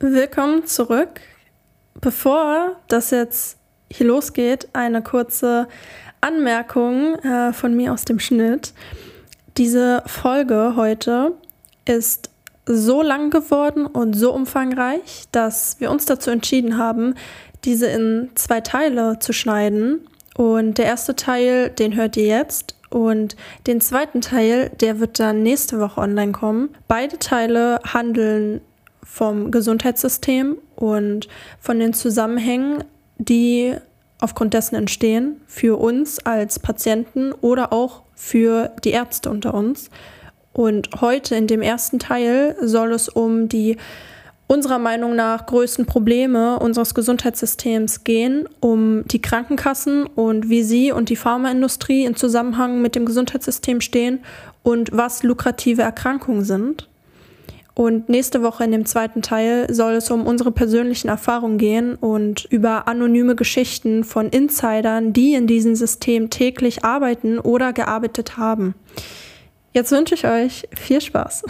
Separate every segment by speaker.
Speaker 1: Willkommen zurück. Bevor das jetzt hier losgeht, eine kurze Anmerkung von mir aus dem Schnitt. Diese Folge heute ist so lang geworden und so umfangreich, dass wir uns dazu entschieden haben, diese in 2 Teile zu schneiden. Und der erste Teil, den hört ihr jetzt. Und den zweiten Teil, der wird dann nächste Woche online kommen. Beide Teile handeln vom Gesundheitssystem und von den Zusammenhängen, die aufgrund dessen entstehen, für uns als Patienten oder auch für die Ärzte unter uns. Und heute in dem ersten Teil soll es um die unserer Meinung nach größten Probleme unseres Gesundheitssystems gehen, um die Krankenkassen und wie sie und die Pharmaindustrie in Zusammenhang mit dem Gesundheitssystem stehen und was lukrative Erkrankungen sind. Und nächste Woche in dem zweiten Teil soll es um unsere persönlichen Erfahrungen gehen und über anonyme Geschichten von Insidern, die in diesem System täglich arbeiten oder gearbeitet haben. Jetzt wünsche ich euch viel Spaß.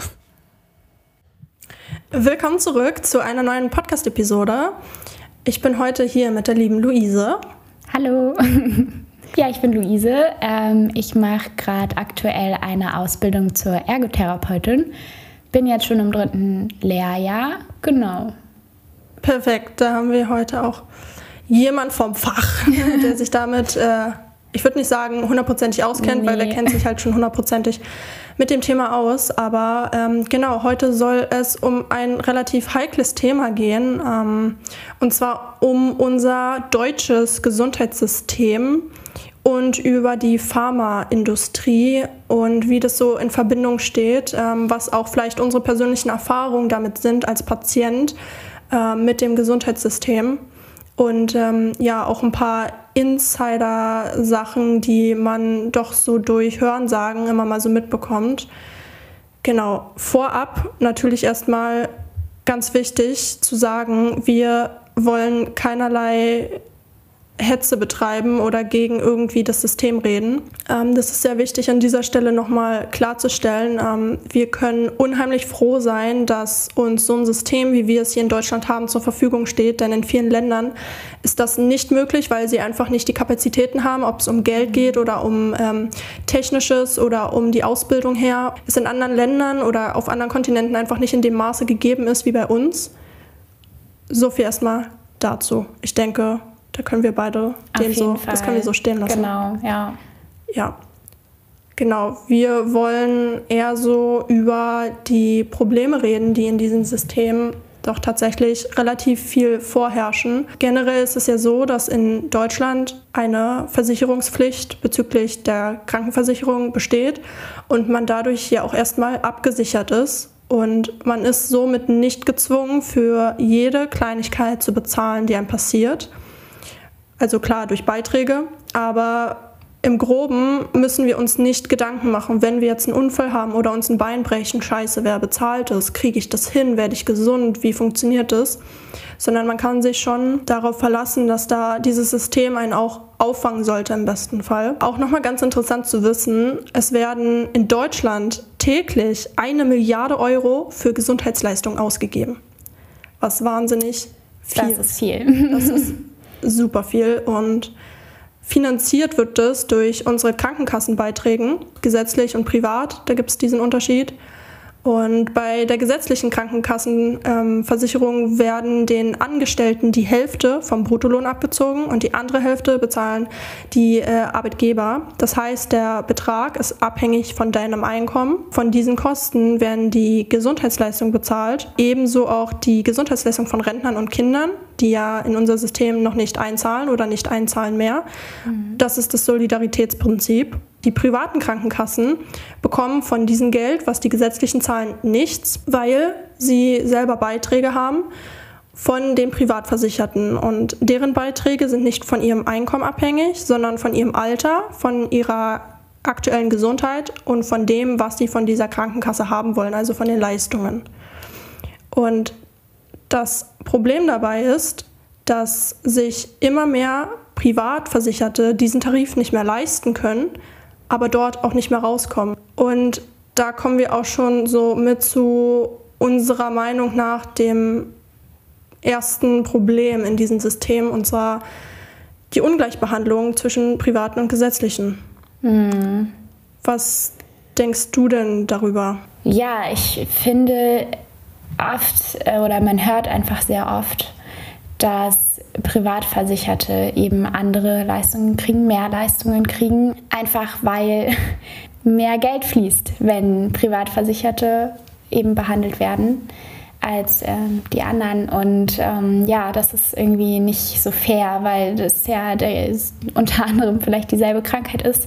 Speaker 1: Willkommen zurück zu einer neuen Podcast-Episode. Ich bin heute hier mit der lieben Luise.
Speaker 2: Hallo. Ja, ich bin Luise. Ich mache gerade aktuell eine Ausbildung zur Ergotherapeutin. Bin jetzt schon im 3. Lehrjahr, genau.
Speaker 1: Perfekt, da haben wir heute auch jemand vom Fach, der sich damit, ich würde nicht sagen hundertprozentig auskennt, weil der kennt sich halt schon hundertprozentig mit dem Thema aus. Aber genau, heute soll es um ein relativ heikles Thema gehen, und zwar um unser deutsches Gesundheitssystem und über die Pharmaindustrie und wie das so in Verbindung steht, was auch vielleicht unsere persönlichen Erfahrungen damit sind als Patient mit dem Gesundheitssystem und ja auch ein paar Insider-Sachen, die man doch so durch Hörensagen immer mal so mitbekommt. Genau, vorab natürlich erstmal ganz wichtig zu sagen, wir wollen keinerlei Hetze betreiben oder gegen irgendwie das System reden. Das ist sehr wichtig an dieser Stelle nochmal klarzustellen. Wir können unheimlich froh sein, dass uns so ein System, wie wir es hier in Deutschland haben, zur Verfügung steht, denn in vielen Ländern ist das nicht möglich, weil sie einfach nicht die Kapazitäten haben, ob es um Geld geht oder um Technisches oder um die Ausbildung her. Es in anderen Ländern oder auf anderen Kontinenten einfach nicht in dem Maße gegeben ist wie bei uns. So viel erstmal dazu. Ich denke, da können wir beide das können wir so stehen lassen.
Speaker 2: Genau, ja.
Speaker 1: Ja, genau. Wir wollen eher so über die Probleme reden, die in diesem System doch tatsächlich relativ viel vorherrschen. Generell ist es ja so, dass in Deutschland eine Versicherungspflicht bezüglich der Krankenversicherung besteht und man dadurch ja auch erstmal abgesichert ist. Und man ist somit nicht gezwungen, für jede Kleinigkeit zu bezahlen, die einem passiert. Also klar, durch Beiträge, aber im Groben müssen wir uns nicht Gedanken machen, wenn wir jetzt einen Unfall haben oder uns ein Bein brechen, scheiße, wer bezahlt das? Kriege ich das hin? Werde ich gesund? Wie funktioniert das? Sondern man kann sich schon darauf verlassen, dass da dieses System einen auch auffangen sollte im besten Fall. Auch nochmal ganz interessant zu wissen, es werden in Deutschland täglich 1 Milliarde Euro für Gesundheitsleistungen ausgegeben. Was wahnsinnig viel.
Speaker 2: Das ist viel.
Speaker 1: Das ist super viel und finanziert wird das durch unsere Krankenkassenbeiträge, gesetzlich und privat, da gibt es diesen Unterschied. Und bei der gesetzlichen Krankenkassenversicherung werden den Angestellten die Hälfte vom Bruttolohn abgezogen und die andere Hälfte bezahlen die Arbeitgeber. Das heißt, der Betrag ist abhängig von deinem Einkommen. Von diesen Kosten werden die Gesundheitsleistungen bezahlt, ebenso auch die Gesundheitsleistung von Rentnern und Kindern, die ja in unser System noch nicht einzahlen oder nicht einzahlen mehr. Das ist das Solidaritätsprinzip. Die privaten Krankenkassen bekommen von diesem Geld, was die gesetzlichen zahlen, nichts, weil sie selber Beiträge haben von den Privatversicherten. Und deren Beiträge sind nicht von ihrem Einkommen abhängig, sondern von ihrem Alter, von ihrer aktuellen Gesundheit und von dem, was sie von dieser Krankenkasse haben wollen, also von den Leistungen. Und das Problem dabei ist, dass sich immer mehr Privatversicherte diesen Tarif nicht mehr leisten können, aber dort auch nicht mehr rauskommen. Und da kommen wir auch schon so mit zu unserer Meinung nach dem ersten Problem in diesem System, und zwar die Ungleichbehandlung zwischen privaten und gesetzlichen. Was denkst du denn darüber?
Speaker 2: Ja, ich finde oft, oder man hört einfach sehr oft, dass Privatversicherte eben andere Leistungen kriegen, mehr Leistungen kriegen, einfach weil mehr Geld fließt, wenn Privatversicherte eben behandelt werden als die anderen. Und das ist irgendwie nicht so fair, weil das ja unter anderem vielleicht dieselbe Krankheit ist.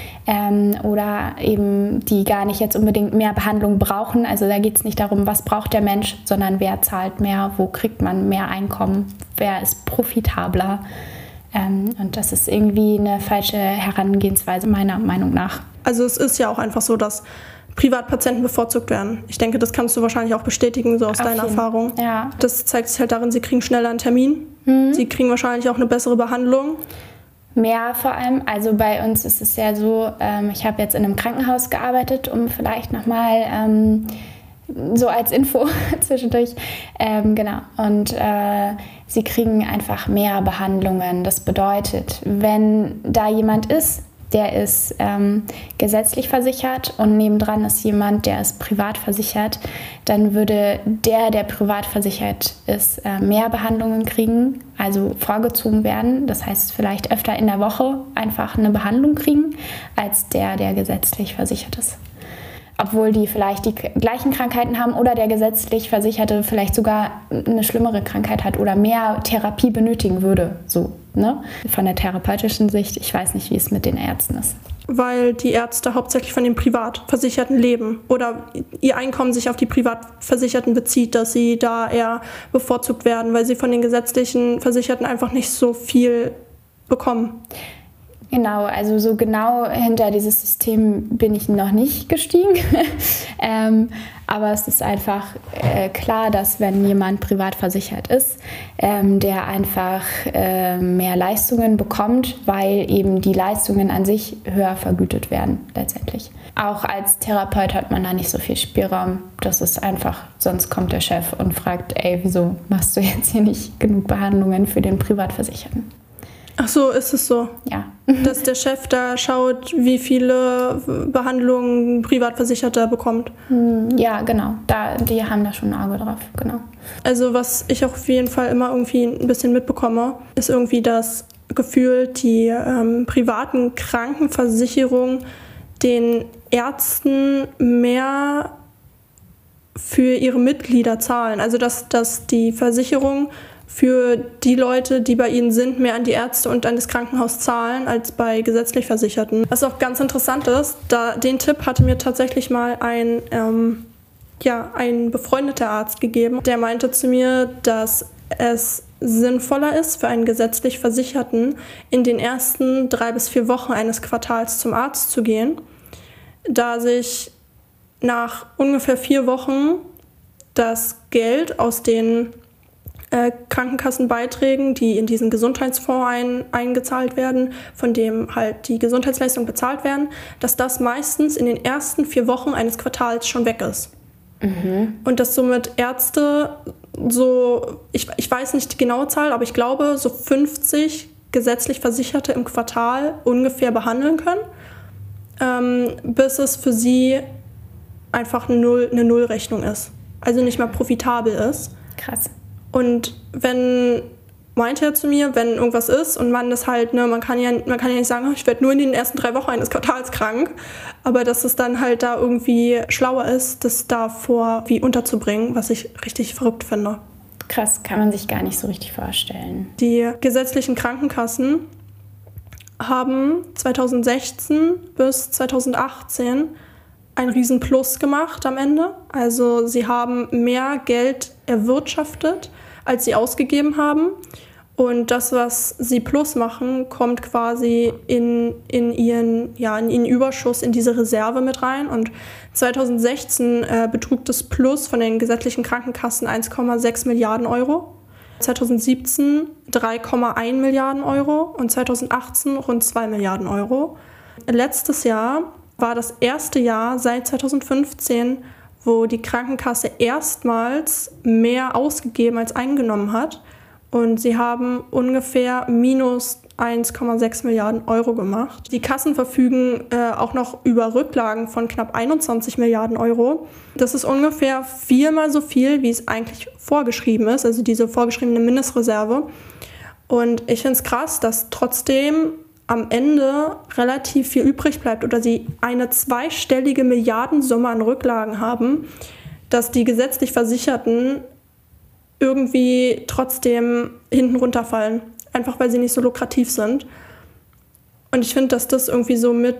Speaker 2: Oder eben die gar nicht jetzt unbedingt mehr Behandlung brauchen. Also da geht es nicht darum, was braucht der Mensch, sondern wer zahlt mehr, wo kriegt man mehr Einkommen, wer ist profitabler. Und das ist irgendwie eine falsche Herangehensweise meiner Meinung nach.
Speaker 1: Also es ist ja auch einfach so, dass Privatpatienten bevorzugt werden. Ich denke, das kannst du wahrscheinlich auch bestätigen, so aus deiner Erfahrung.
Speaker 2: Ja.
Speaker 1: Das zeigt sich halt darin, sie kriegen schneller einen Termin. Sie kriegen wahrscheinlich auch eine bessere Behandlung.
Speaker 2: Mehr vor allem. Also bei uns ist es ja so, ich habe jetzt in einem Krankenhaus gearbeitet, um vielleicht nochmal so als Info zwischendurch. Genau. Und sie kriegen einfach mehr Behandlungen. Das bedeutet, wenn da jemand ist, der ist gesetzlich versichert und nebendran ist jemand, der ist privat versichert, dann würde der privat versichert ist, mehr Behandlungen kriegen, also vorgezogen werden. Das heißt, vielleicht öfter in der Woche einfach eine Behandlung kriegen, als der gesetzlich versichert ist. Obwohl die vielleicht die gleichen Krankheiten haben oder der gesetzlich Versicherte vielleicht sogar eine schlimmere Krankheit hat oder mehr Therapie benötigen würde. So, ne? Von der therapeutischen Sicht, ich weiß nicht, wie es mit den Ärzten ist.
Speaker 1: Weil die Ärzte hauptsächlich von den Privatversicherten leben oder ihr Einkommen sich auf die Privatversicherten bezieht, dass sie da eher bevorzugt werden, weil sie von den gesetzlichen Versicherten einfach nicht so viel bekommen.
Speaker 2: Genau, also so genau hinter dieses System bin ich noch nicht gestiegen. Aber es ist einfach klar, dass wenn jemand privat versichert ist, der einfach mehr Leistungen bekommt, weil eben die Leistungen an sich höher vergütet werden letztendlich. Auch als Therapeut hat man da nicht so viel Spielraum. Das ist einfach, sonst kommt der Chef und fragt, wieso machst du jetzt hier nicht genug Behandlungen für den Privatversicherten?
Speaker 1: Ach so, ist es so?
Speaker 2: Ja.
Speaker 1: Dass der Chef da schaut, wie viele Behandlungen Privatversicherter bekommt?
Speaker 2: Ja, genau. Die haben da schon ein Auge drauf, genau.
Speaker 1: Also was ich auch auf jeden Fall immer irgendwie ein bisschen mitbekomme, ist irgendwie das Gefühl, die privaten Krankenversicherungen den Ärzten mehr für ihre Mitglieder zahlen. Also dass die Versicherung für die Leute, die bei ihnen sind, mehr an die Ärzte und an das Krankenhaus zahlen, als bei gesetzlich Versicherten. Was auch ganz interessant ist, den Tipp hatte mir tatsächlich mal ein befreundeter Arzt gegeben. Der meinte zu mir, dass es sinnvoller ist für einen gesetzlich Versicherten, in den ersten 3 bis 4 Wochen eines Quartals zum Arzt zu gehen, da sich nach ungefähr 4 Wochen das Geld aus den Krankenkassenbeiträgen, die in diesen Gesundheitsfonds eingezahlt werden, von dem halt die Gesundheitsleistungen bezahlt werden, dass das meistens in den ersten 4 Wochen eines Quartals schon weg ist. Und dass somit Ärzte so, ich weiß nicht die genaue Zahl, aber ich glaube, so 50 gesetzlich Versicherte im Quartal ungefähr behandeln können, bis es für sie einfach eine Nullrechnung ist. Also nicht mehr profitabel ist.
Speaker 2: Krass.
Speaker 1: Und meinte er zu mir, wenn irgendwas ist und man das halt, man kann ja nicht sagen, ich werde nur in den ersten 3 Wochen eines Quartals krank, aber dass es dann halt da irgendwie schlauer ist, das davor wie unterzubringen, was ich richtig verrückt finde.
Speaker 2: Krass, kann man sich gar nicht so richtig vorstellen.
Speaker 1: Die gesetzlichen Krankenkassen haben 2016 bis 2018 ein Riesenplus gemacht am Ende. Also sie haben mehr Geld erwirtschaftet, als sie ausgegeben haben. Und das, was sie plus machen, kommt quasi in ihren Überschuss, in diese Reserve mit rein. Und 2016 betrug das Plus von den gesetzlichen Krankenkassen 1,6 Milliarden Euro. 2017 3,1 Milliarden Euro und 2018 rund 2 Milliarden Euro. Letztes Jahr war das erste Jahr seit 2015, wo die Krankenkasse erstmals mehr ausgegeben als eingenommen hat. Und sie haben ungefähr minus 1,6 Milliarden Euro gemacht. Die Kassen verfügen auch noch über Rücklagen von knapp 21 Milliarden Euro. Das ist ungefähr 4-mal so viel, wie es eigentlich vorgeschrieben ist, also diese vorgeschriebene Mindestreserve. Und ich finde es krass, dass trotzdem am Ende relativ viel übrig bleibt oder sie eine zweistellige Milliardensumme an Rücklagen haben, dass die gesetzlich Versicherten irgendwie trotzdem hinten runterfallen, einfach weil sie nicht so lukrativ sind. Und ich finde, dass das irgendwie so mit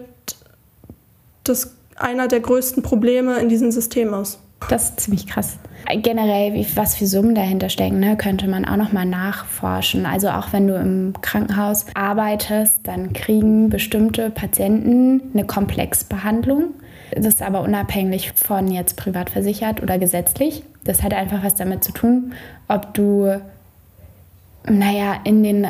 Speaker 1: einer der größten Probleme in diesem System ist.
Speaker 2: Das ist ziemlich krass. Generell, was für Summen dahinter stecken, ne, könnte man auch noch mal nachforschen. Also auch wenn du im Krankenhaus arbeitest, dann kriegen bestimmte Patienten eine Komplexbehandlung. Das ist aber unabhängig von jetzt privat versichert oder gesetzlich. Das hat einfach was damit zu tun, ob du in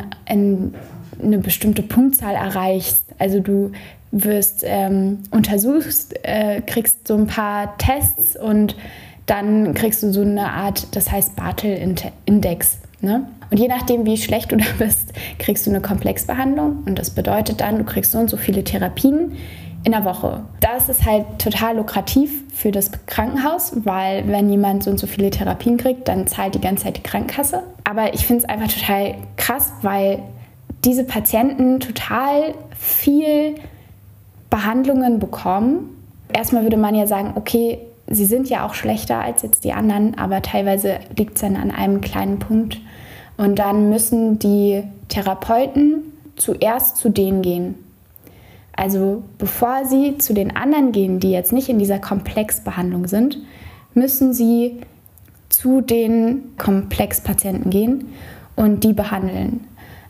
Speaker 2: eine bestimmte Punktzahl erreichst. Also du wirst untersuchst, kriegst so ein paar Tests und dann kriegst du so eine Art, das heißt Bartel-Index. Ne? Und je nachdem, wie schlecht du da bist, kriegst du eine Komplexbehandlung. Und das bedeutet dann, du kriegst so und so viele Therapien in der Woche. Das ist halt total lukrativ für das Krankenhaus, weil wenn jemand so und so viele Therapien kriegt, dann zahlt die ganze Zeit die Krankenkasse. Aber ich finde es einfach total krass, weil diese Patienten total viel Behandlungen bekommen. Erstmal würde man ja sagen, okay, sie sind ja auch schlechter als jetzt die anderen, aber teilweise liegt es dann an einem kleinen Punkt. Und dann müssen die Therapeuten zuerst zu denen gehen. Also bevor sie zu den anderen gehen, die jetzt nicht in dieser Komplexbehandlung sind, müssen sie zu den Komplexpatienten gehen und die behandeln.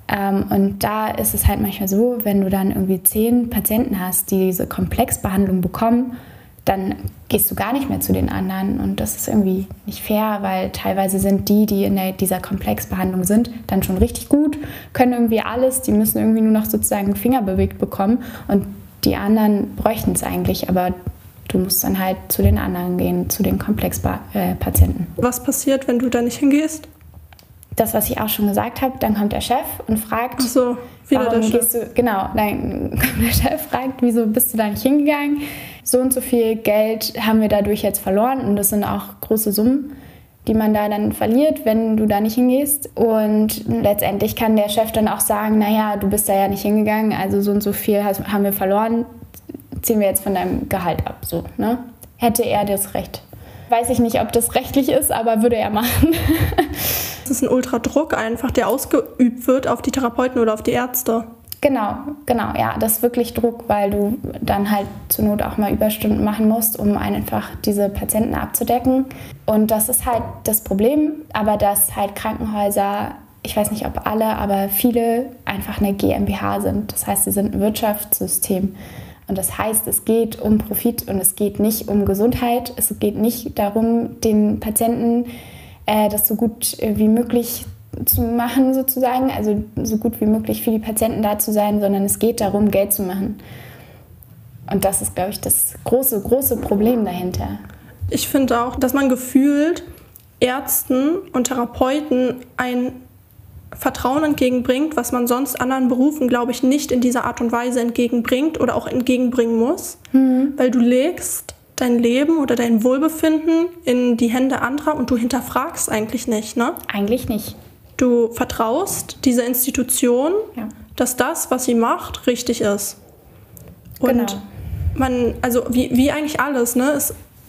Speaker 2: Und da ist es halt manchmal so, wenn du dann irgendwie 10 Patienten hast, die diese Komplexbehandlung bekommen, dann gehst du gar nicht mehr zu den anderen. Und das ist irgendwie nicht fair, weil teilweise sind die in dieser Komplexbehandlung sind, dann schon richtig gut, können irgendwie alles, die müssen irgendwie nur noch sozusagen einen Finger bewegt bekommen. Und die anderen bräuchten es eigentlich, aber du musst dann halt zu den anderen gehen, zu den Komplexpatienten.
Speaker 1: Was passiert, wenn du da nicht hingehst?
Speaker 2: Das, was ich auch schon gesagt habe, dann kommt der Chef und fragt,
Speaker 1: ach so, wieder
Speaker 2: warum
Speaker 1: der
Speaker 2: gehst
Speaker 1: Chef.
Speaker 2: du, genau, dann kommt der Chef, fragt, wieso bist du da nicht hingegangen? So und so viel Geld haben wir dadurch jetzt verloren und das sind auch große Summen, die man da dann verliert, wenn du da nicht hingehst. Und letztendlich kann der Chef dann auch sagen, naja, du bist da ja nicht hingegangen, also so und so viel haben wir verloren, ziehen wir jetzt von deinem Gehalt ab. So, ne? Hätte er das Recht. Weiß ich nicht, ob das rechtlich ist, aber würde er machen.
Speaker 1: Das ist ein Ultradruck einfach, der ausgeübt wird auf die Therapeuten oder auf die Ärzte.
Speaker 2: Genau, ja, das ist wirklich Druck, weil du dann halt zur Not auch mal Überstunden machen musst, um einfach diese Patienten abzudecken. Und das ist halt das Problem, aber dass halt Krankenhäuser, ich weiß nicht, ob alle, aber viele einfach eine GmbH sind. Das heißt, sie sind ein Wirtschaftssystem. Und das heißt, es geht um Profit und es geht nicht um Gesundheit. Es geht nicht darum, den Patienten das so gut wie möglich zu machen sozusagen, also so gut wie möglich für die Patienten da zu sein, sondern es geht darum, Geld zu machen. Und das ist, glaube ich, das große, große Problem dahinter.
Speaker 1: Ich finde auch, dass man gefühlt Ärzten und Therapeuten ein Vertrauen entgegenbringt, was man sonst anderen Berufen, glaube ich, nicht in dieser Art und Weise entgegenbringt oder auch entgegenbringen muss, weil du legst dein Leben oder dein Wohlbefinden in die Hände anderer und du hinterfragst eigentlich nicht, ne?
Speaker 2: Eigentlich nicht.
Speaker 1: Du vertraust dieser Institution, ja, dass das, was sie macht, richtig ist. Und man, also wie eigentlich alles, ne?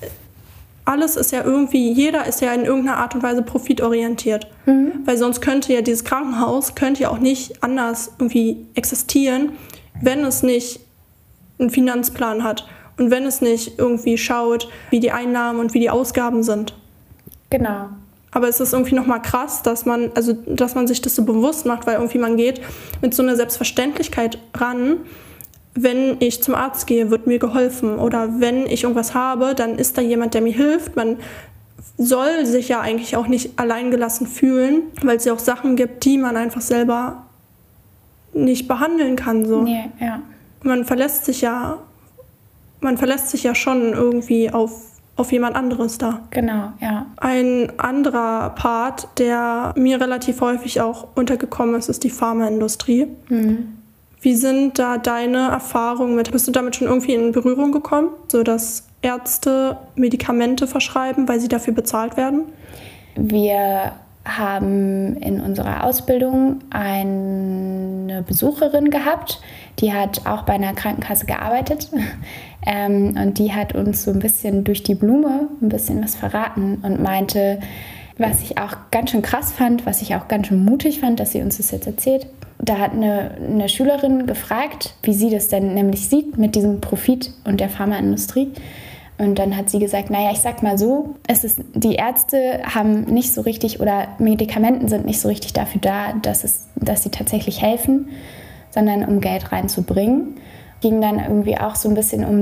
Speaker 1: Alles ist ja irgendwie, jeder ist ja in irgendeiner Art und Weise profitorientiert. Weil sonst könnte ja dieses Krankenhaus ja auch nicht anders irgendwie existieren, wenn es nicht einen Finanzplan hat. Und wenn es nicht irgendwie schaut, wie die Einnahmen und wie die Ausgaben sind.
Speaker 2: Genau.
Speaker 1: Aber es ist irgendwie nochmal krass, dass man sich das so bewusst macht, weil irgendwie man geht mit so einer Selbstverständlichkeit ran. Wenn ich zum Arzt gehe, wird mir geholfen. Oder wenn ich irgendwas habe, dann ist da jemand, der mir hilft. Man soll sich ja eigentlich auch nicht alleingelassen fühlen, weil es ja auch Sachen gibt, die man einfach selber nicht behandeln kann. So.
Speaker 2: Nee, ja.
Speaker 1: Man verlässt sich ja schon irgendwie auf auf jemand anderes da.
Speaker 2: Genau, ja.
Speaker 1: Ein anderer Part, der mir relativ häufig auch untergekommen ist, ist die Pharmaindustrie. Wie sind da deine Erfahrungen mit? Bist du damit schon irgendwie in Berührung gekommen, so dass Ärzte Medikamente verschreiben, weil sie dafür bezahlt werden?
Speaker 2: Wir haben in unserer Ausbildung eine Besucherin gehabt, die hat auch bei einer Krankenkasse gearbeitet und die hat uns so ein bisschen durch die Blume ein bisschen was verraten und meinte, was ich auch ganz schön krass fand, was ich auch ganz schön mutig fand, dass sie uns das jetzt erzählt. Da hat eine Schülerin gefragt, wie sie das denn nämlich sieht mit diesem Profit und der Pharmaindustrie. Und dann hat sie gesagt, naja, ich sag mal so, die Ärzte haben nicht so richtig oder Medikamenten sind nicht so richtig dafür da, dass sie tatsächlich helfen, sondern um Geld reinzubringen. Ging dann irgendwie auch so ein bisschen um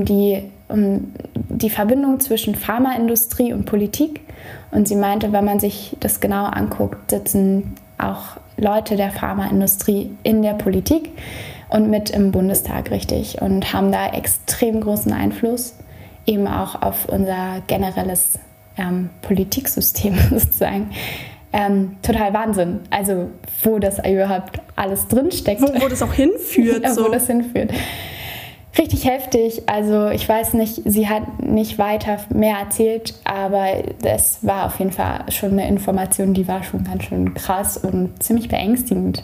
Speaker 2: die Verbindung zwischen Pharmaindustrie und Politik. Und sie meinte, wenn man sich das genau anguckt, sitzen auch Leute der Pharmaindustrie in der Politik und mit im Bundestag, richtig, und haben da extrem großen Einfluss. Eben auch auf unser generelles Politiksystem sozusagen. Total Wahnsinn. Also wo das überhaupt alles drinsteckt.
Speaker 1: Wo das auch hinführt.
Speaker 2: Ja, wo das hinführt. Richtig heftig. Also ich weiß nicht, sie hat nicht weiter mehr erzählt, aber es war auf jeden Fall schon eine Information, die war schon ganz schön krass und ziemlich beängstigend.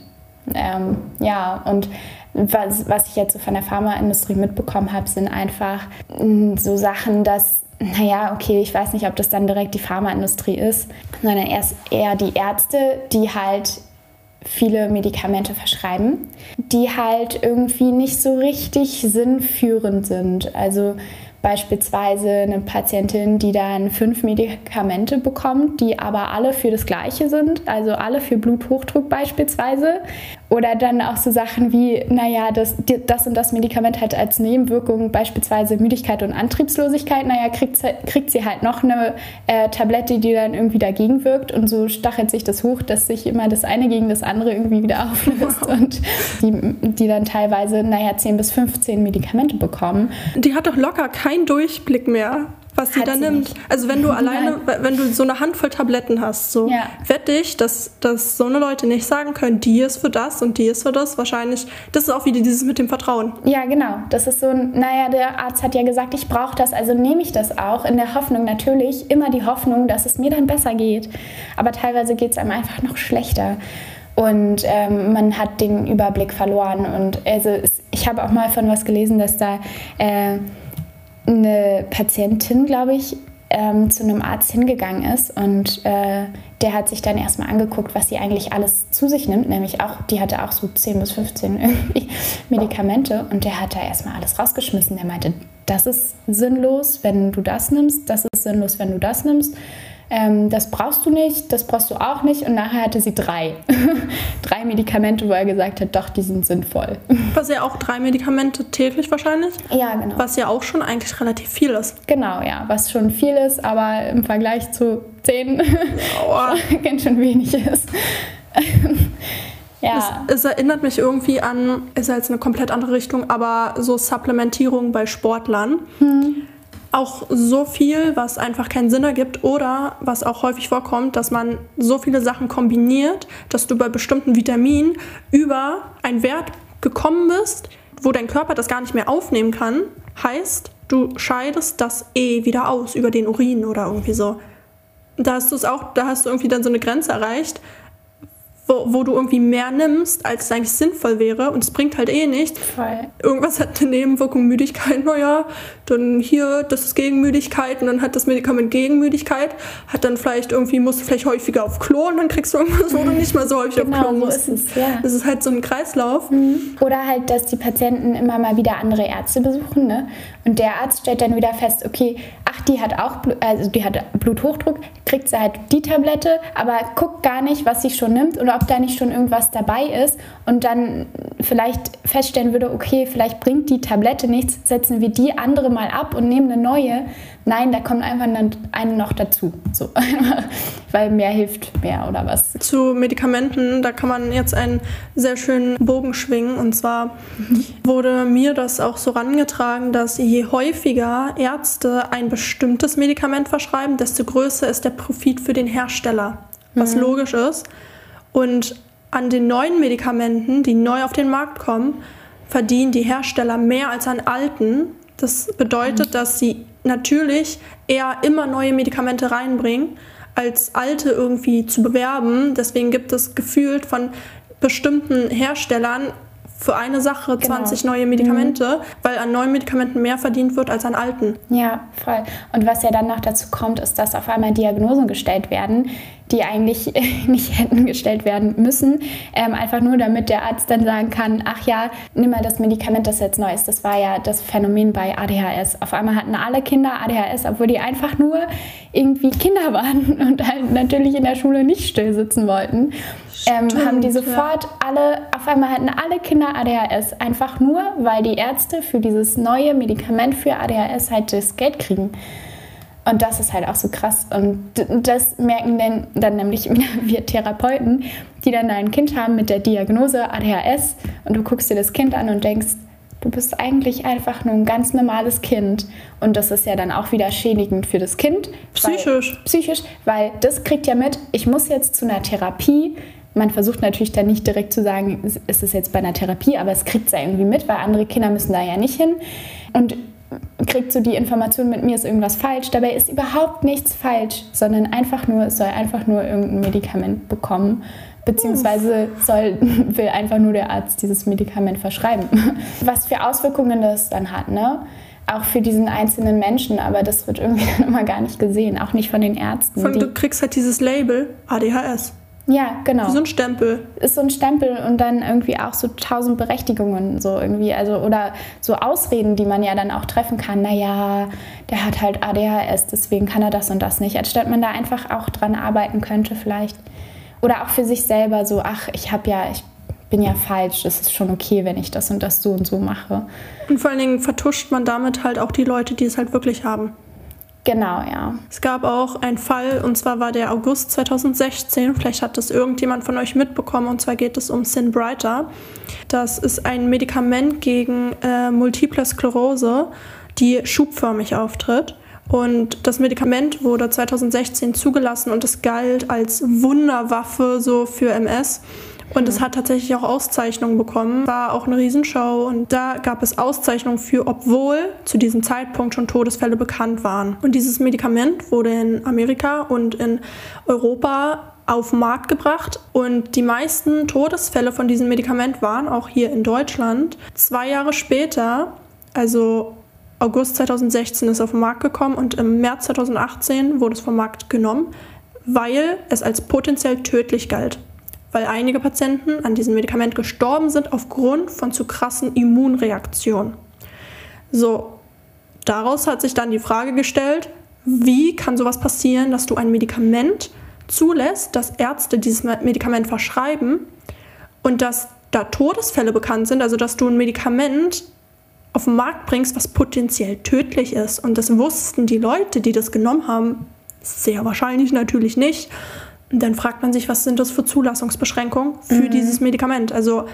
Speaker 2: Ja, und was ich jetzt so von der Pharmaindustrie mitbekommen habe, sind einfach so Sachen, dass, naja, okay, ich weiß nicht, ob das dann direkt die Pharmaindustrie ist, sondern erst eher die Ärzte, die halt viele Medikamente verschreiben, die halt irgendwie nicht so richtig sinnführend sind. Also beispielsweise eine Patientin, die dann 5 Medikamente bekommt, die aber alle für das Gleiche sind, also alle für Bluthochdruck beispielsweise. Oder dann auch so Sachen wie, naja, das und das Medikament hat als Nebenwirkung beispielsweise Müdigkeit und Antriebslosigkeit. Naja, kriegt sie halt noch eine Tablette, die dann irgendwie dagegen wirkt. Und so stachelt sich das hoch, dass sich immer das eine gegen das andere irgendwie wieder auflöst. Und die dann teilweise, 10 bis 15 Medikamente bekommen.
Speaker 1: Die hat doch locker keinen Durchblick mehr, was sie da nimmt. Nicht. Also wenn du alleine, wenn du so eine Handvoll Tabletten hast, so wette ich, dass so eine Leute nicht sagen können, die ist für das und die ist für das. Wahrscheinlich, das ist auch wieder dieses mit dem Vertrauen.
Speaker 2: Ja, genau. Das ist so, der Arzt hat ja gesagt, ich brauche das, also nehme ich das auch in der Hoffnung, natürlich immer die Hoffnung, dass es mir dann besser geht. Aber teilweise geht es einem einfach noch schlechter. Und man hat den Überblick verloren. Und ich habe auch mal von was gelesen, dass da eine Patientin, glaube ich, zu einem Arzt hingegangen ist und der hat sich dann erstmal angeguckt, was sie eigentlich alles zu sich nimmt, nämlich auch, die hatte auch so 10 bis 15 irgendwie Medikamente und der hat da erstmal alles rausgeschmissen. Der meinte, das ist sinnlos, wenn du das nimmst, das ist sinnlos, wenn du das nimmst. Das brauchst du nicht, das brauchst du auch nicht. Und nachher hatte sie 3 Medikamente, wo er gesagt hat, doch, die sind sinnvoll.
Speaker 1: Was ja auch 3 Medikamente täglich wahrscheinlich?
Speaker 2: Ja, genau.
Speaker 1: Was ja auch schon eigentlich relativ viel ist.
Speaker 2: Genau, ja, was schon viel ist, aber im Vergleich zu 10 ganz schön wenig ist.
Speaker 1: Ja. Es erinnert mich irgendwie an, ist ja jetzt eine komplett andere Richtung, aber so Supplementierung bei Sportlern. Auch so viel, was einfach keinen Sinn ergibt oder was auch häufig vorkommt, dass man so viele Sachen kombiniert, dass du bei bestimmten Vitaminen über einen Wert gekommen bist, wo dein Körper das gar nicht mehr aufnehmen kann. Heißt, du scheidest das wieder aus über den Urin oder irgendwie so. Da hast du irgendwie dann so eine Grenze erreicht, wo du irgendwie mehr nimmst, als es eigentlich sinnvoll wäre. Und es bringt halt nichts.
Speaker 2: Voll.
Speaker 1: Irgendwas hat eine Nebenwirkung, Müdigkeit. Naja, dann hier, das ist gegen Müdigkeit. Und dann hat das Medikament gegen Müdigkeit. Musst du vielleicht häufiger auf Klo. Und dann kriegst du irgendwas, wo du nicht mal so häufig auf Klo musst.
Speaker 2: So ist es, ja.
Speaker 1: Das ist halt so ein Kreislauf.
Speaker 2: Oder halt, dass die Patienten immer mal wieder andere Ärzte besuchen. Ne? Und der Arzt stellt dann wieder fest, okay, die hat die hat Bluthochdruck, kriegt sie halt die Tablette, aber guckt gar nicht, was sie schon nimmt und oder ob da nicht schon irgendwas dabei ist und dann vielleicht feststellen würde, okay, vielleicht bringt die Tablette nichts, setzen wir die andere mal ab und nehmen eine neue. Nein, da kommt einfach eine noch dazu. So. Weil mehr hilft mehr oder was.
Speaker 1: Zu Medikamenten, da kann man jetzt einen sehr schönen Bogen schwingen. Und zwar wurde mir das auch so rangetragen, dass je häufiger Ärzte ein bestimmtes Medikament verschreiben, desto größer ist der Profit für den Hersteller. Was logisch ist. Und an den neuen Medikamenten, die neu auf den Markt kommen, verdienen die Hersteller mehr als an alten. Das bedeutet, dass sie natürlich eher immer neue Medikamente reinbringen, als alte irgendwie zu bewerben. Deswegen gibt es gefühlt von bestimmten Herstellern für eine Sache 20 neue Medikamente, weil an neuen Medikamenten mehr verdient wird als an alten.
Speaker 2: Ja, voll. Und was ja dann noch dazu kommt, ist, dass auf einmal Diagnosen gestellt werden, die eigentlich nicht hätten gestellt werden müssen. Einfach nur, damit der Arzt dann sagen kann, ach ja, nimm mal das Medikament, das jetzt neu ist. Das war ja das Phänomen bei ADHS. Auf einmal hatten alle Kinder ADHS, obwohl die einfach nur irgendwie Kinder waren und halt natürlich in der Schule nicht still sitzen wollten. Haben die sofort auf einmal hatten alle Kinder ADHS. Einfach nur, weil die Ärzte für dieses neue Medikament für ADHS halt das Geld kriegen. Und das ist halt auch so krass. Und das merken dann nämlich wieder wir Therapeuten, die dann ein Kind haben mit der Diagnose ADHS und du guckst dir das Kind an und denkst, du bist eigentlich einfach nur ein ganz normales Kind. Und das ist ja dann auch wieder schädigend für das Kind. Psychisch, weil das kriegt ja mit, ich muss jetzt zu einer Therapie. Man versucht natürlich dann nicht direkt zu sagen, es ist jetzt bei einer Therapie, aber es kriegt es ja irgendwie mit, weil andere Kinder müssen da ja nicht hin. Und kriegt so die Information, mit mir ist irgendwas falsch. Dabei ist überhaupt nichts falsch, sondern es soll einfach nur irgendein Medikament bekommen. Beziehungsweise will einfach nur der Arzt dieses Medikament verschreiben. Was für Auswirkungen das dann hat, ne? Auch für diesen einzelnen Menschen, aber das wird irgendwie dann immer gar nicht gesehen, auch nicht von den Ärzten.
Speaker 1: Du kriegst halt dieses Label ADHS.
Speaker 2: Ja, genau.
Speaker 1: So ein Stempel.
Speaker 2: Ist so ein Stempel und dann irgendwie auch so 1000 Berechtigungen so irgendwie, also oder so Ausreden, die man ja dann auch treffen kann. Naja, der hat halt ADHS, deswegen kann er das und das nicht. Anstatt man da einfach auch dran arbeiten könnte vielleicht. Oder auch für sich selber so, ach, ich bin ja falsch, es ist schon okay, wenn ich das und das so und so mache.
Speaker 1: Und vor allen Dingen vertuscht man damit halt auch die Leute, die es halt wirklich haben.
Speaker 2: Genau, ja.
Speaker 1: Es gab auch einen Fall, und zwar war der August 2016. Vielleicht hat das irgendjemand von euch mitbekommen, und zwar geht es um Synbrighter. Das ist ein Medikament gegen Multiple Sklerose, die schubförmig auftritt. Und das Medikament wurde 2016 zugelassen und es galt als Wunderwaffe so für MS. Und es hat tatsächlich auch Auszeichnungen bekommen. War auch eine Riesenshow und da gab es Auszeichnungen für, obwohl zu diesem Zeitpunkt schon Todesfälle bekannt waren. Und dieses Medikament wurde in Amerika und in Europa auf den Markt gebracht und die meisten Todesfälle von diesem Medikament waren auch hier in Deutschland. 2 Jahre später, also August 2016 ist es auf den Markt gekommen und im März 2018 wurde es vom Markt genommen, weil es als potenziell tödlich galt. Weil einige Patienten an diesem Medikament gestorben sind aufgrund von zu krassen Immunreaktionen. So, daraus hat sich dann die Frage gestellt, wie kann sowas passieren, dass du ein Medikament zulässt, dass Ärzte dieses Medikament verschreiben und dass da Todesfälle bekannt sind, also dass du ein Medikament auf den Markt bringst, was potenziell tödlich ist. Und das wussten die Leute, die das genommen haben, sehr wahrscheinlich natürlich nicht. Und dann fragt man sich, was sind das für Zulassungsbeschränkungen für dieses Medikament? Also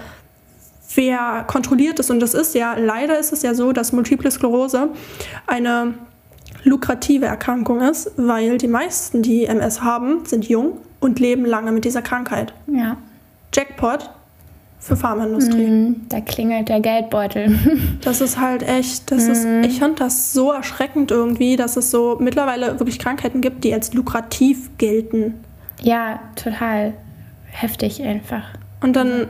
Speaker 1: wer kontrolliert es? Und leider ist es ja so, dass Multiple Sklerose eine lukrative Erkrankung ist, weil die meisten, die MS haben, sind jung und leben lange mit dieser Krankheit.
Speaker 2: Ja.
Speaker 1: Jackpot für Pharmaindustrie.
Speaker 2: Da klingelt der Geldbeutel.
Speaker 1: Das ist halt echt, ich fand das so erschreckend irgendwie, dass es so mittlerweile wirklich Krankheiten gibt, die als lukrativ gelten.
Speaker 2: Ja, total heftig einfach.
Speaker 1: Und dann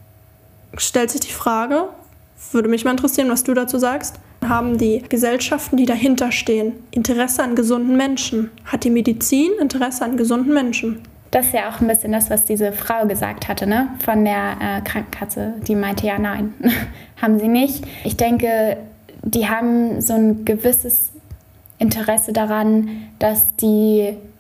Speaker 1: stellt sich die Frage, würde mich mal interessieren, was du dazu sagst, haben die Gesellschaften, die dahinter stehen, Interesse an gesunden Menschen? Hat die Medizin Interesse an gesunden Menschen?
Speaker 2: Das ist ja auch ein bisschen das, was diese Frau gesagt hatte, ne? Von der Krankenkasse. Die meinte, ja, nein, haben sie nicht. Ich denke, die haben so ein gewisses Interesse daran, dass die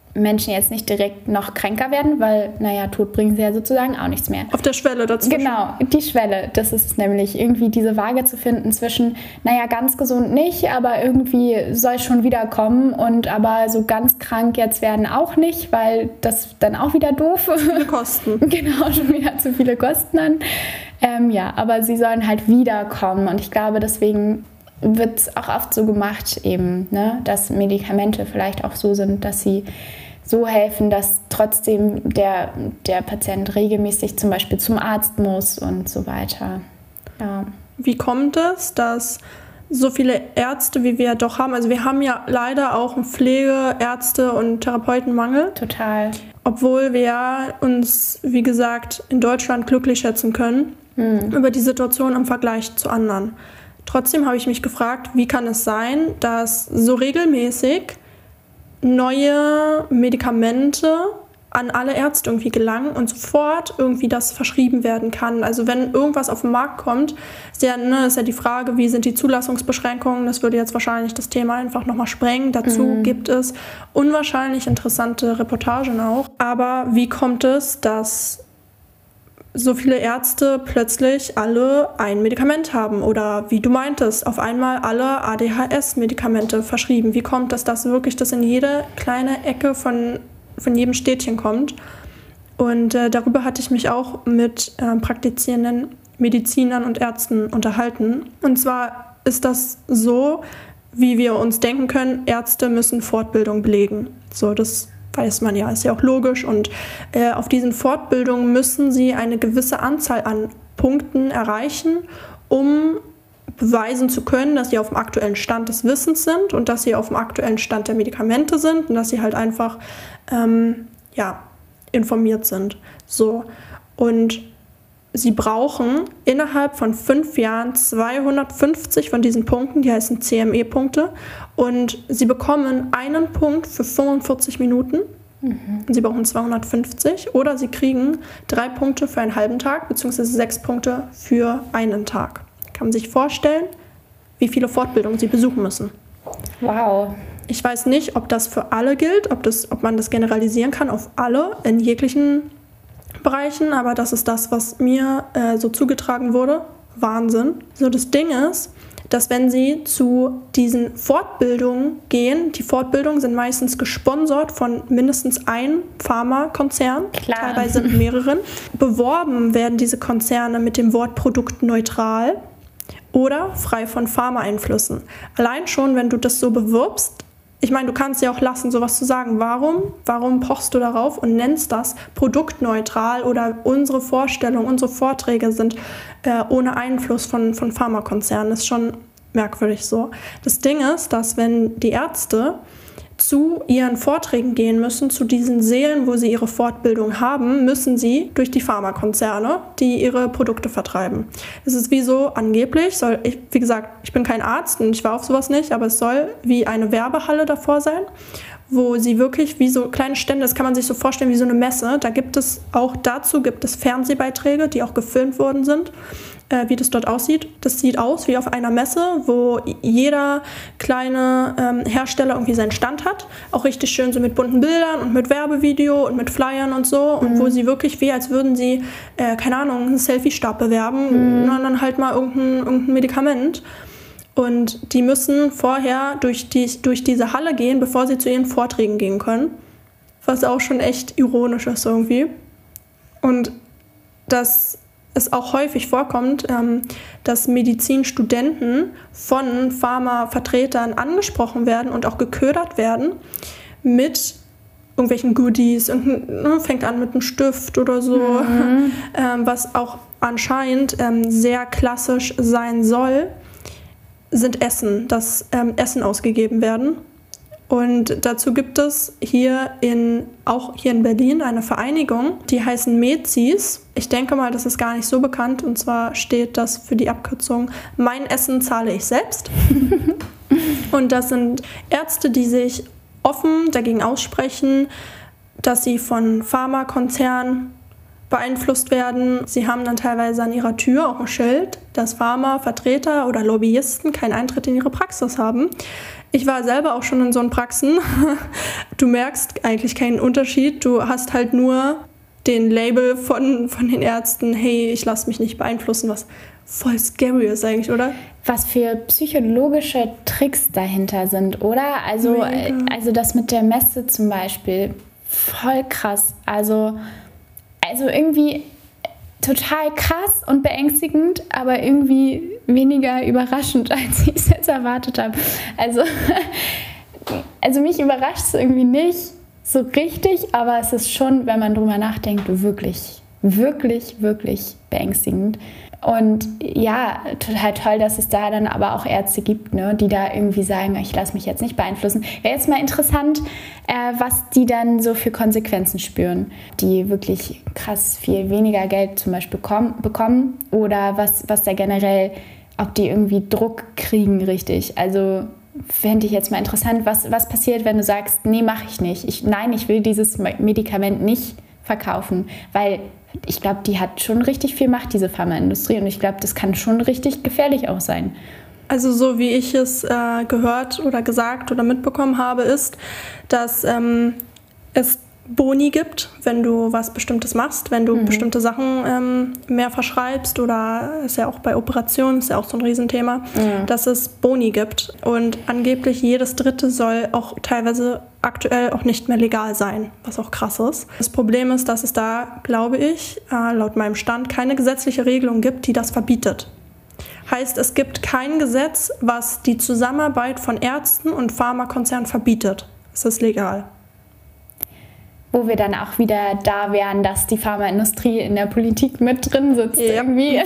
Speaker 2: Menschen jetzt nicht direkt noch kränker werden, weil, tot bringen sie ja sozusagen auch nichts mehr.
Speaker 1: Auf der Schwelle dazwischen.
Speaker 2: Genau, die Schwelle. Das ist nämlich irgendwie diese Waage zu finden zwischen, ganz gesund nicht, aber irgendwie soll schon wieder kommen und aber so ganz krank jetzt werden auch nicht, weil das dann auch wieder doof.
Speaker 1: Viele Kosten.
Speaker 2: Genau, schon wieder zu viele Kosten an. Aber sie sollen halt wiederkommen und ich glaube, deswegen wird es auch oft so gemacht eben, dass Medikamente vielleicht auch so sind, dass sie so helfen, dass trotzdem der Patient regelmäßig zum Beispiel zum Arzt muss und so weiter. Ja.
Speaker 1: Wie kommt es, dass so viele Ärzte, wie wir doch haben, also wir haben ja leider auch einen Pflegeärzte- und Therapeutenmangel.
Speaker 2: Total.
Speaker 1: Obwohl wir uns, wie gesagt, in Deutschland glücklich schätzen können über die Situation im Vergleich zu anderen. Trotzdem habe ich mich gefragt, wie kann es sein, dass so regelmäßig neue Medikamente an alle Ärzte irgendwie gelangen und sofort irgendwie das verschrieben werden kann. Also wenn irgendwas auf den Markt kommt, ist ja die Frage, wie sind die Zulassungsbeschränkungen? Das würde jetzt wahrscheinlich das Thema einfach nochmal sprengen. Dazu gibt es unwahrscheinlich interessante Reportagen auch. Aber wie kommt es, dass so viele Ärzte plötzlich alle ein Medikament haben oder wie du meintest, auf einmal alle ADHS-Medikamente verschrieben? Wie kommt es, dass wirklich das in jede kleine Ecke von jedem Städtchen kommt? Und darüber hatte ich mich auch mit praktizierenden Medizinern und Ärzten unterhalten. Und zwar ist das so, wie wir uns denken können, Ärzte müssen Fortbildung belegen. So, das weiß man ja, ist ja auch logisch. Und auf diesen Fortbildungen müssen sie eine gewisse Anzahl an Punkten erreichen, um beweisen zu können, dass sie auf dem aktuellen Stand des Wissens sind und dass sie auf dem aktuellen Stand der Medikamente sind und dass sie halt einfach informiert sind. So. Und sie brauchen innerhalb von 5 Jahren 250 von diesen Punkten, die heißen CME-Punkte, und sie bekommen einen Punkt für 45 Minuten. Und sie brauchen 250 oder sie kriegen 3 Punkte für einen halben Tag bzw. 6 Punkte für einen Tag. Kann man sich vorstellen, wie viele Fortbildungen sie besuchen müssen.
Speaker 2: Wow.
Speaker 1: Ich weiß nicht, ob das für alle gilt, ob man das generalisieren kann auf alle in jeglichen Bereichen, aber das ist das, was mir so zugetragen wurde. Wahnsinn. So, das Ding ist, dass wenn sie zu diesen Fortbildungen gehen, die Fortbildungen sind meistens gesponsert von mindestens einem Pharmakonzern, teilweise mehreren. Beworben werden diese Konzerne mit dem Wort produktneutral oder frei von Pharmaeinflüssen. Allein schon, wenn du das so bewirbst, ich meine, du kannst ja auch lassen, sowas zu sagen. Warum pochst du darauf und nennst das produktneutral oder unsere Vorstellungen, unsere Vorträge sind ohne Einfluss von Pharmakonzernen? Das ist schon merkwürdig so. Das Ding ist, dass wenn die Ärzte zu ihren Vorträgen gehen müssen, zu diesen Sälen, wo sie ihre Fortbildung haben, müssen sie durch die Pharmakonzerne, die ihre Produkte vertreiben. Es ist wie so, angeblich wie gesagt, ich bin kein Arzt und ich war auf sowas nicht, aber es soll wie eine Werbehalle davor sein, wo sie wirklich wie so kleine Stände, das kann man sich so vorstellen wie so eine Messe, dazu gibt es Fernsehbeiträge, die auch gefilmt worden sind, wie das dort aussieht. Das sieht aus wie auf einer Messe, wo jeder kleine Hersteller irgendwie seinen Stand hat. Auch richtig schön so mit bunten Bildern und mit Werbevideo und mit Flyern und so. Und wo sie wirklich wie, als würden sie, einen Selfie-Stab bewerben und dann halt mal irgendein Medikament. Und die müssen vorher durch diese Halle gehen, bevor sie zu ihren Vorträgen gehen können. Was auch schon echt ironisch ist irgendwie. Und dass es auch häufig vorkommt, dass Medizinstudenten von Pharmavertretern angesprochen werden und auch geködert werden mit irgendwelchen Goodies. Fängt an mit einem Stift oder so, was auch anscheinend sehr klassisch sein soll, sind Essen, dass Essen ausgegeben werden. Und dazu gibt es auch hier in Berlin eine Vereinigung, die heißen MEZIS. Ich denke mal, das ist gar nicht so bekannt. Und zwar steht das für die Abkürzung Mein Essen zahle ich selbst. Und das sind Ärzte, die sich offen dagegen aussprechen, dass sie von Pharmakonzernen beeinflusst werden. Sie haben dann teilweise an ihrer Tür auch ein Schild, dass Pharmavertreter oder Lobbyisten keinen Eintritt in ihre Praxis haben. Ich war selber auch schon in so einen Praxen. Du merkst eigentlich keinen Unterschied. Du hast halt nur den Label von den Ärzten, hey, ich lasse mich nicht beeinflussen, was voll scary ist eigentlich, oder?
Speaker 2: Was für psychologische Tricks dahinter sind, oder? Also das mit der Messe zum Beispiel, voll krass. Also irgendwie total krass und beängstigend, aber irgendwie weniger überraschend, als ich es jetzt erwartet habe. Also mich überrascht es irgendwie nicht so richtig, aber es ist schon, wenn man drüber nachdenkt, wirklich, wirklich, wirklich beängstigend. Und ja, total toll, dass es da dann aber auch Ärzte gibt, ne, die da irgendwie sagen, ich lasse mich jetzt nicht beeinflussen. Wäre jetzt mal interessant, was die dann so für Konsequenzen spüren, die wirklich krass viel weniger Geld zum Beispiel bekommen oder was da generell, ob die irgendwie Druck kriegen, richtig. Also fände ich jetzt mal interessant, was passiert, wenn du sagst, nee, mache ich nicht. Ich will dieses Medikament nicht verkaufen, weil ich glaube, die hat schon richtig viel Macht, diese Pharmaindustrie, und ich glaube, das kann schon richtig gefährlich auch sein.
Speaker 1: Also so wie ich es gehört oder gesagt oder mitbekommen habe, ist, dass es Boni gibt, wenn du was Bestimmtes machst, wenn du bestimmte Sachen mehr verschreibst, oder ist ja auch bei Operationen, ist ja auch so ein Riesenthema, dass es Boni gibt. Und angeblich jedes Dritte soll auch teilweise aktuell auch nicht mehr legal sein, was auch krass ist. Das Problem ist, dass es da, glaube ich, laut meinem Stand keine gesetzliche Regelung gibt, die das verbietet. Heißt, es gibt kein Gesetz, was die Zusammenarbeit von Ärzten und Pharmakonzernen verbietet. Es ist legal.
Speaker 2: Wo wir dann auch wieder da wären, dass die Pharmaindustrie in der Politik mit drin sitzt irgendwie.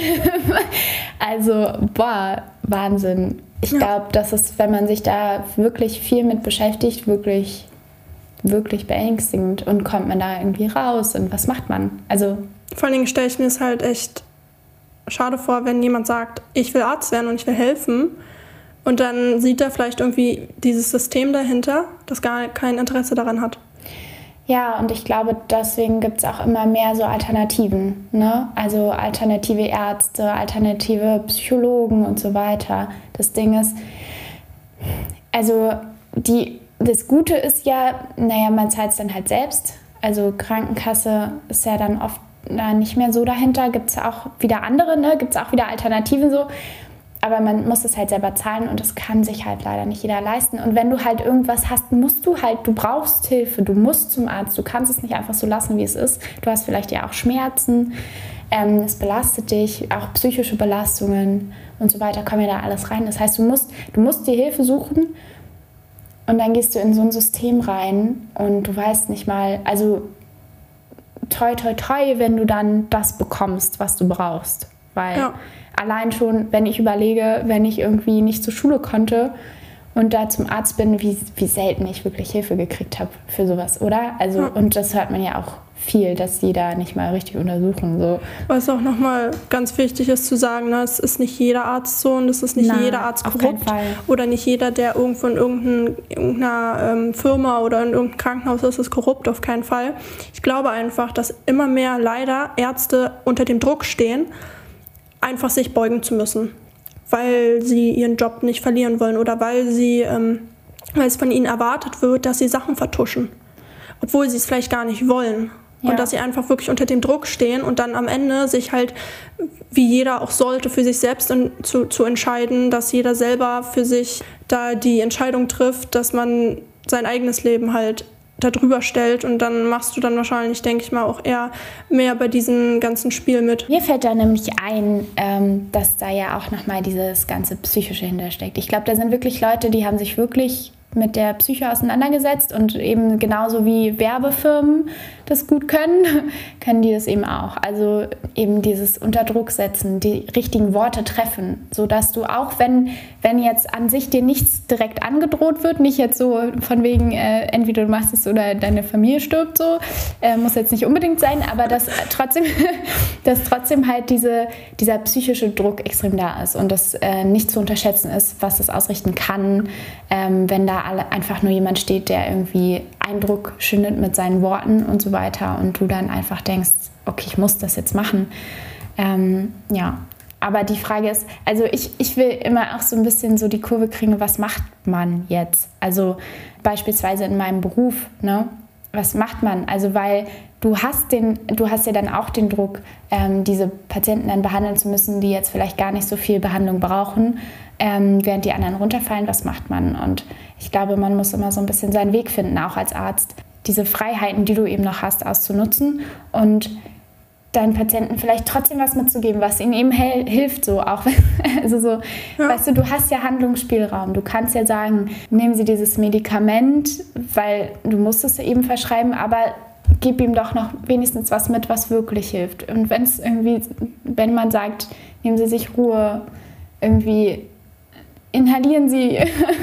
Speaker 2: Also, Wahnsinn. Ich glaube, das ist, wenn man sich da wirklich viel mit beschäftigt, wirklich, wirklich beängstigend. Und kommt man da irgendwie raus und was macht man? Also,
Speaker 1: vor allen Dingen stelle ich mir es halt echt schade vor, wenn jemand sagt, ich will Arzt werden und ich will helfen. Und dann sieht er vielleicht irgendwie dieses System dahinter, das gar kein Interesse daran hat.
Speaker 2: Ja, und ich glaube, deswegen gibt es auch immer mehr so Alternativen, ne? Also alternative Ärzte, alternative Psychologen und so weiter. Das Ding ist, also das Gute ist ja, man zahlt es dann halt selbst. Also Krankenkasse ist ja dann oft nicht mehr so dahinter. Gibt es auch wieder andere, ne? Gibt es auch wieder Alternativen so. Aber man muss es halt selber zahlen und das kann sich halt leider nicht jeder leisten. Und wenn du halt irgendwas hast, du brauchst Hilfe, du musst zum Arzt, du kannst es nicht einfach so lassen, wie es ist. Du hast vielleicht ja auch Schmerzen, es belastet dich, auch psychische Belastungen und so weiter, kommen ja da alles rein. Das heißt, du musst dir Hilfe suchen und dann gehst du in so ein System rein und du weißt nicht mal, also toi, toi, toi, wenn du dann das bekommst, was du brauchst. Weil allein schon, wenn ich überlege, wenn ich irgendwie nicht zur Schule konnte und da zum Arzt bin, wie selten ich wirklich Hilfe gekriegt habe für sowas, oder? Also, und das hört man ja auch viel, dass die da nicht mal richtig untersuchen. So.
Speaker 1: Was auch nochmal ganz wichtig ist zu sagen, ne, es ist nicht jeder Arzt so und es ist nicht jeder Arzt korrupt oder nicht jeder, der irgendwo in irgendeiner Firma oder in irgendeinem Krankenhaus ist korrupt, auf keinen Fall. Ich glaube einfach, dass immer mehr leider Ärzte unter dem Druck stehen, einfach sich beugen zu müssen, weil sie ihren Job nicht verlieren wollen oder weil es von ihnen erwartet wird, dass sie Sachen vertuschen, obwohl sie es vielleicht gar nicht wollen. Ja. Und dass sie einfach wirklich unter dem Druck stehen und dann am Ende sich halt, wie jeder auch sollte, für sich selbst zu entscheiden, dass jeder selber für sich da die Entscheidung trifft, dass man sein eigenes Leben halt da drüber stellt, und dann machst du dann wahrscheinlich, denke ich mal, auch eher mehr bei diesem ganzen Spiel mit.
Speaker 2: Mir fällt da nämlich ein, dass da ja auch nochmal dieses ganze Psychische hintersteckt. Ich glaube, da sind wirklich Leute, die haben sich wirklich mit der Psyche auseinandergesetzt und eben genauso wie Werbefirmen das gut können, können die das eben auch. Also eben dieses Unterdruck setzen, die richtigen Worte treffen, sodass du auch, wenn jetzt an sich dir nichts direkt angedroht wird, nicht jetzt so von wegen, entweder du machst es oder deine Familie stirbt so, muss jetzt nicht unbedingt sein, aber dass trotzdem halt dieser psychische Druck extrem da ist und das nicht zu unterschätzen ist, was das ausrichten kann, wenn da einfach nur jemand steht, der irgendwie Eindruck schindet mit seinen Worten und so weiter und du dann einfach denkst, okay, ich muss das jetzt machen. Ja, aber die Frage ist, also ich will immer auch so ein bisschen so die Kurve kriegen, was macht man jetzt? Also beispielsweise in meinem Beruf, ne? Was macht man? Also weil du hast ja dann auch den Druck, diese Patienten dann behandeln zu müssen, die jetzt vielleicht gar nicht so viel Behandlung brauchen, während die anderen runterfallen. Was macht man? Und ich glaube, man muss immer so ein bisschen seinen Weg finden, auch als Arzt, diese Freiheiten, die du eben noch hast, auszunutzen und deinen Patienten vielleicht trotzdem was mitzugeben, was ihnen eben hilft, so auch also so, ja. Weißt du hast ja Handlungsspielraum. Du kannst ja sagen, nehmen Sie dieses Medikament, weil du musst es eben verschreiben, aber gib ihm doch noch wenigstens was mit, was wirklich hilft. Und wenn man sagt, nehmen Sie sich Ruhe, irgendwie inhalieren Sie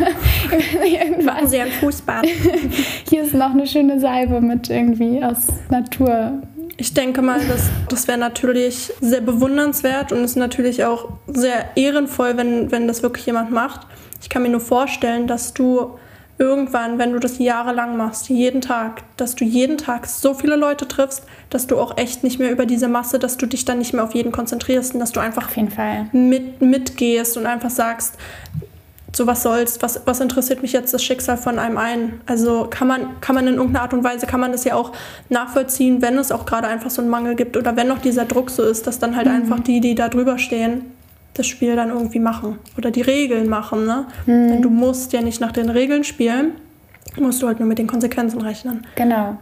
Speaker 2: irgendwas.
Speaker 1: Machen Sie ein Fußbad.
Speaker 2: Hier ist noch eine schöne Salbe mit irgendwie aus Natur.
Speaker 1: Ich denke mal, das wäre natürlich sehr bewundernswert und ist natürlich auch sehr ehrenvoll, wenn das wirklich jemand macht. Ich kann mir nur vorstellen, dass du irgendwann, wenn du das jahrelang machst, dass du jeden Tag so viele Leute triffst, dass du auch echt nicht mehr über diese Masse, dass du dich dann nicht mehr auf jeden konzentrierst und dass du einfach
Speaker 2: auf jeden Fall
Speaker 1: mitgehst und einfach sagst, so was soll's, was interessiert mich jetzt das Schicksal von einem einen? Also kann man in irgendeiner Art und Weise, kann man das ja auch nachvollziehen, wenn es auch gerade einfach so einen Mangel gibt oder wenn noch dieser Druck so ist, dass dann halt einfach die da drüber stehen, das Spiel dann irgendwie machen oder die Regeln machen, ne? Denn du musst ja nicht nach den Regeln spielen, musst du halt nur mit den Konsequenzen rechnen.
Speaker 2: Genau.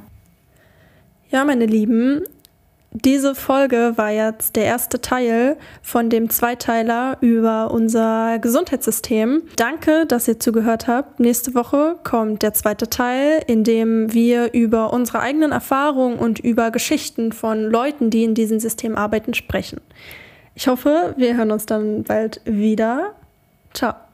Speaker 1: Ja, meine Lieben, diese Folge war jetzt der erste Teil von dem Zweiteiler über unser Gesundheitssystem. Danke, dass ihr zugehört habt. Nächste Woche kommt der zweite Teil, in dem wir über unsere eigenen Erfahrungen und über Geschichten von Leuten, die in diesem System arbeiten, sprechen. Ich hoffe, wir hören uns dann bald wieder. Ciao.